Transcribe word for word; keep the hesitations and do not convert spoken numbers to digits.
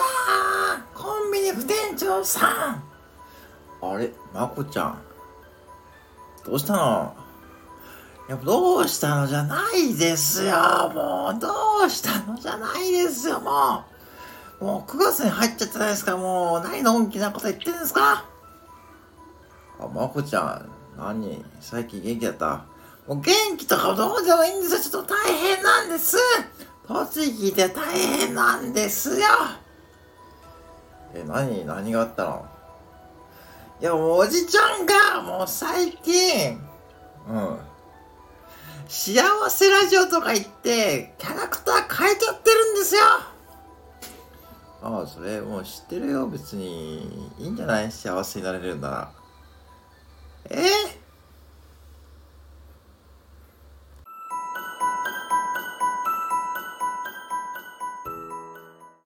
ん、コンビニ副店長さん。あれ、まこちゃん。どうしたの？いや、どうしたのじゃないですよ。もう、どうしたのじゃないですよ、もう。もうくがつに入っちゃったじゃないですか。もう、何のんきなこと言ってんですか？あ、まこちゃん、何最近元気だった？もう元気とかどうでもいいんですよ。ちょっと大変なんです。栃木で大変なんですよ。え、何何があったの？いや、もうおじちゃんが、もう最近、うん。幸せラジオとか言って、キャラクター変えちゃってるんですよ。ああ、それもう知ってるよ。別に、いいんじゃない？幸せになれるんなら。えー